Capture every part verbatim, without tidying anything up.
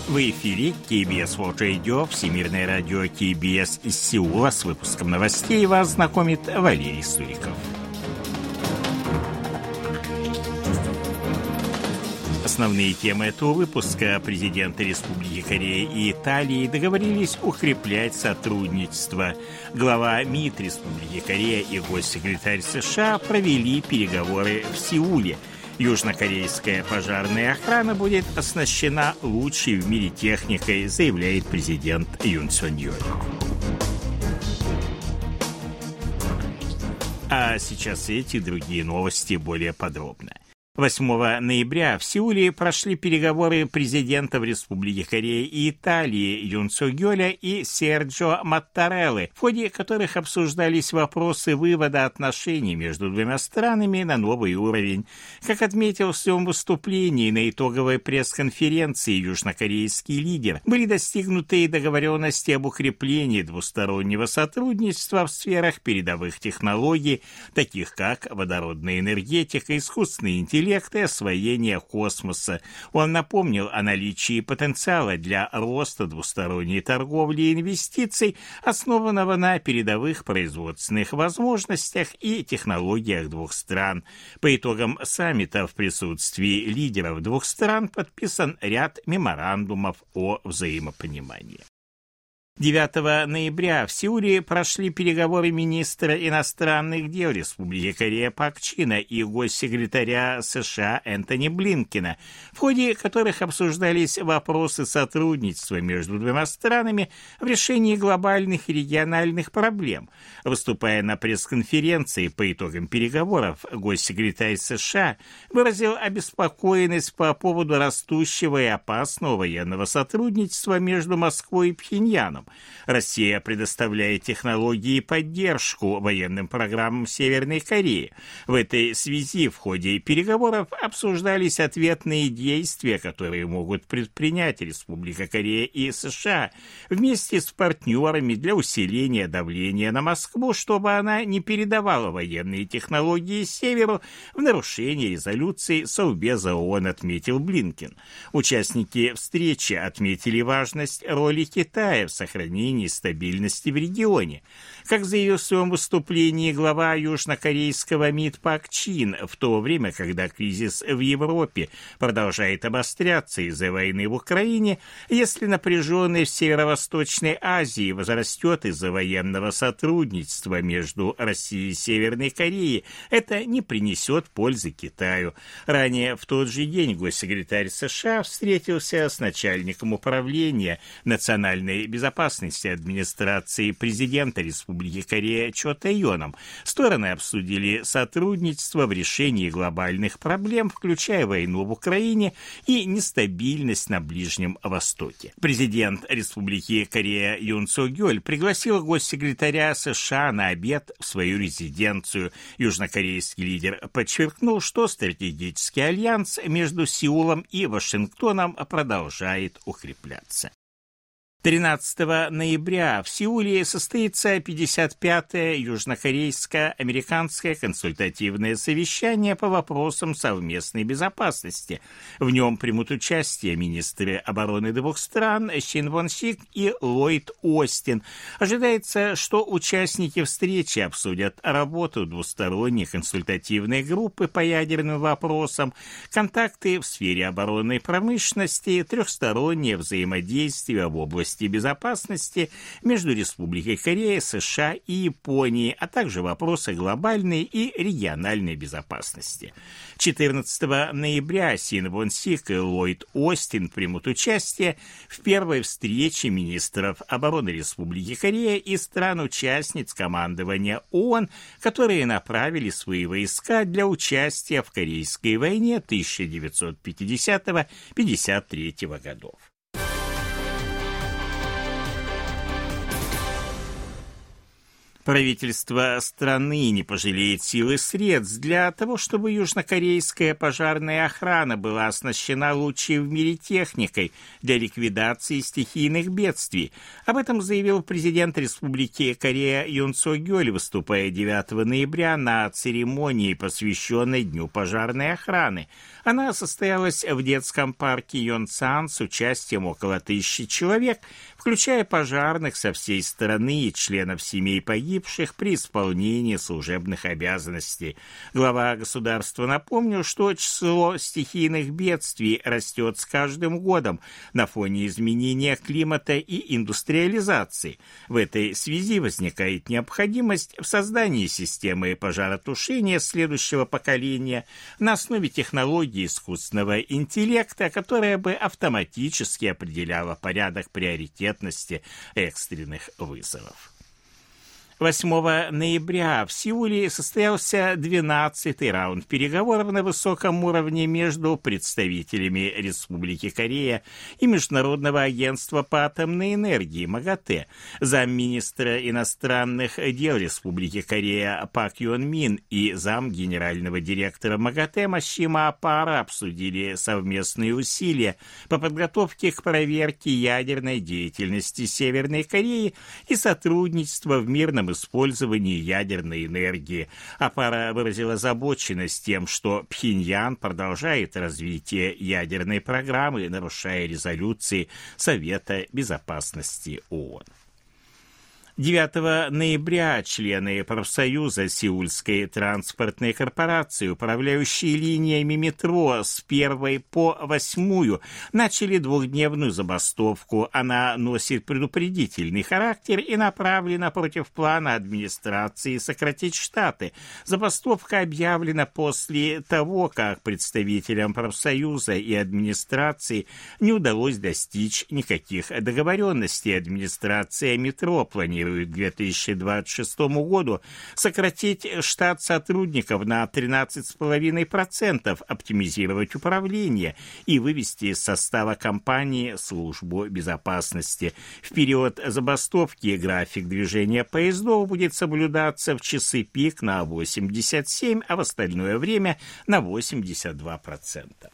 В эфире кей би эс World Radio, Всемирное радио кей би эс из Сеула. С выпуском новостей вас знакомит Валерий Суриков. Основные темы этого выпуска. Президенты Республики Корея и Италии договорились укреплять сотрудничество. Глава МИД Республики Корея и госсекретарь США провели переговоры в Сеуле. Южнокорейская пожарная охрана будет оснащена лучшей в мире техникой, заявляет президент Юн Сён-Йоль. А сейчас эти и другие новости более подробно. восьмого ноября в Сеуле прошли переговоры президентов Республики Корея и Италии Юн Сёк-Йоля и Серджио Маттареллы, в ходе которых обсуждались вопросы вывода отношений между двумя странами на новый уровень. Как отметил в своем выступлении на итоговой пресс-конференции южнокорейский лидер, были достигнуты договоренности об укреплении двустороннего сотрудничества в сферах передовых технологий, таких как водородная энергетика, искусственный интеллект и освоение космоса. Он напомнил о наличии потенциала для роста двусторонней торговли и инвестиций, основанного на передовых производственных возможностях и технологиях двух стран. По итогам саммита в присутствии лидеров двух стран подписан ряд меморандумов о взаимопонимании. девятого ноября в Сеуле прошли переговоры министра иностранных дел Республики Корея Пак Чина и госсекретаря США Энтони Блинкена, в ходе которых обсуждались вопросы сотрудничества между двумя странами в решении глобальных и региональных проблем. Выступая на пресс-конференции по итогам переговоров, госсекретарь США выразил обеспокоенность по поводу растущего и опасного военного сотрудничества между Москвой и Пхеньяном. Россия предоставляет технологии и поддержку военным программам Северной Кореи. В этой связи в ходе переговоров обсуждались ответные действия, которые могут предпринять Республика Корея и США вместе с партнерами для усиления давления на Москву, чтобы она не передавала военные технологии Северу в нарушение резолюции Совбеза ООН, отметил Блинкен. Участники встречи отметили важность роли Китая в сохранении сохранении стабильности в регионе. Как заявил в своем выступлении глава южнокорейского МИД Пак Чин, в то время, когда кризис в Европе продолжает обостряться из-за войны в Украине, если напряженность в Северо-Восточной Азии возрастет из-за военного сотрудничества между Россией и Северной Кореей, это не принесет пользы Китаю. Ранее в тот же день госсекретарь США встретился с начальником управления национальной безопасности администрации президента Республики Корея Чо Тэ-йоном. Стороны обсудили сотрудничество в решении глобальных проблем, включая войну в Украине и нестабильность на Ближнем Востоке. Президент Республики Корея Юн Сёк-Йоль пригласил госсекретаря США на обед в свою резиденцию. Южнокорейский лидер подчеркнул, что стратегический альянс между Сеулом и Вашингтоном продолжает укрепляться. тринадцатого ноября в Сеуле состоится пятьдесят пятое южнокорейско-американское консультативное совещание по вопросам совместной безопасности. В нем примут участие министры обороны двух стран Шин Вон Сик и Ллойд Остин. Ожидается, что участники встречи обсудят работу двусторонней консультативной группы по ядерным вопросам, контакты в сфере оборонной промышленности, трехстороннее взаимодействие в области безопасности между Республикой Корея, США и Японией, а также вопросы глобальной и региональной безопасности. четырнадцатого ноября Шин Вон Сик и Ллойд Остин примут участие в первой встрече министров обороны Республики Корея и стран-участниц командования ООН, которые направили свои войска для участия в Корейской войне тысяча девятьсот пятидесятого — пятьдесят третьего годов. Правительство страны не пожалеет сил и средств для того, чтобы южнокорейская пожарная охрана была оснащена лучшей в мире техникой для ликвидации стихийных бедствий. Об этом заявил президент Республики Корея Юн Сок Гёль, выступая девятого ноября на церемонии, посвященной Дню пожарной охраны. Она состоялась в детском парке Йонсан с участием около тысячи человек, включая пожарных со всей страны и членов семей погибших при исполнении служебных обязанностей. Глава государства напомнил, что число стихийных бедствий растет с каждым годом на фоне изменения климата и индустриализации. В этой связи возникает необходимость в создании системы пожаротушения следующего поколения на основе технологий искусственного интеллекта, которая бы автоматически определяла порядок приоритетности экстренных вызовов. восьмого ноября в Сеуле состоялся двенадцатый раунд переговоров на высоком уровне между представителями Республики Корея и Международного агентства по атомной энергии МАГАТЭ. Замминистра иностранных дел Республики Корея Пак Йон Мин и зам генерального директора МАГАТЭ Машима Апара обсудили совместные усилия по подготовке к проверке ядерной деятельности Северной Кореи и сотрудничества в мирном использовании ядерной энергии. Апара выразила озабоченность тем, что Пхеньян продолжает развитие ядерной программы, нарушая резолюции Совета Безопасности ООН. девятого ноября члены профсоюза Сеульской транспортной корпорации, управляющие линиями метро с первой по восьмую, начали двухдневную забастовку. Она носит предупредительный характер и направлена против плана администрации сократить штаты. Забастовка объявлена после того, как представителям профсоюза и администрации не удалось достичь никаких договоренностей. Администрация метро планирует к две тысячи двадцать шестому году сократить штат сотрудников на тринадцать целых пять десятых процента, оптимизировать управление и вывести из состава компании службу безопасности. В период забастовки график движения поездов будет соблюдаться в часы пик на восемьдесят семь, а в остальное время на восемьдесят два процента.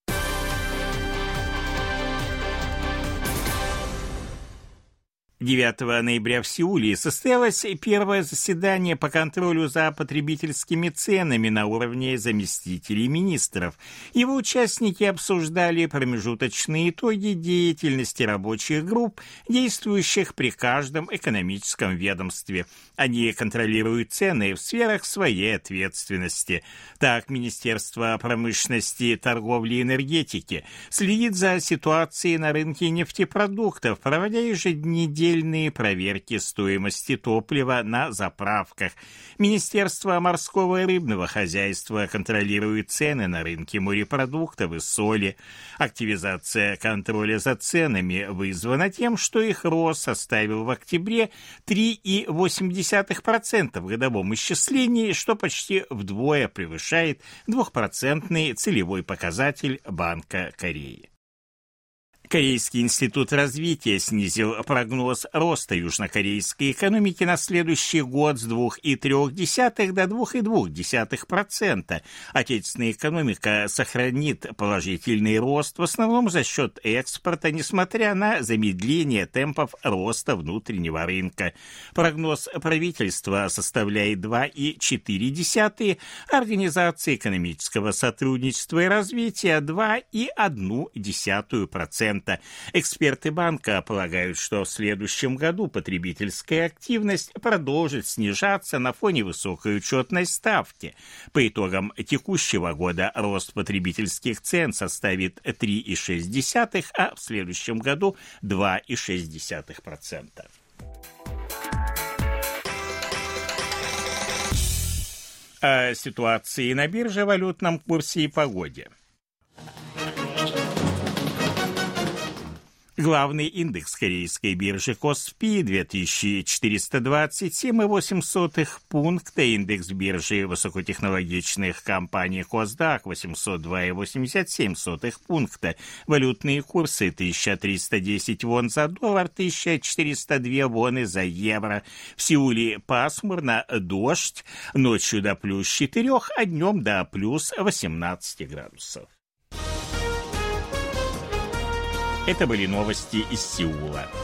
девятого ноября в Сеуле состоялось первое заседание по контролю за потребительскими ценами на уровне заместителей министров. Его участники обсуждали промежуточные итоги деятельности рабочих групп, действующих при каждом экономическом ведомстве. Они контролируют цены в сферах своей ответственности. Так, Министерство промышленности, торговли и энергетики следит за ситуацией на рынке нефтепродуктов, проводя еженедельно проверки стоимости топлива на заправках. Министерство морского и рыбного хозяйства контролирует цены на рынке морепродуктов и соли. Активизация контроля за ценами вызвана тем, что их рост составил в октябре три целых восемь десятых процента в годовом исчислении, что почти вдвое превышает двухпроцентный целевой показатель Банка Кореи. Корейский институт развития снизил прогноз роста южнокорейской экономики на следующий год с двух целых трёх десятых до двух целых двух десятых процента. Отечественная экономика сохранит положительный рост, в основном за счет экспорта, несмотря на замедление темпов роста внутреннего рынка. Прогноз правительства составляет два целых четыре десятых, Организация экономического сотрудничества и развития два целых одну десятую процента. Эксперты банка полагают, что в следующем году потребительская активность продолжит снижаться на фоне высокой учетной ставки. По итогам текущего года рост потребительских цен составит три целых шесть десятых, а в следующем году два целых шесть десятых процента. О ситуации на бирже, валютном курсе и погоде. Главный индекс корейской биржи Коспи две тысячи четыреста двадцать семь целых восемь десятых пункта, индекс биржи высокотехнологичных компаний Косдак восемьсот два целых восемьдесят семь сотых пункта. Валютные курсы: тысяча триста десять вон за доллар, тысяча четыреста два воны за евро. В Сеуле пасмурно, дождь, ночью до плюс четырёх, а днем до плюс восемнадцати градусов. Это были новости из Сеула.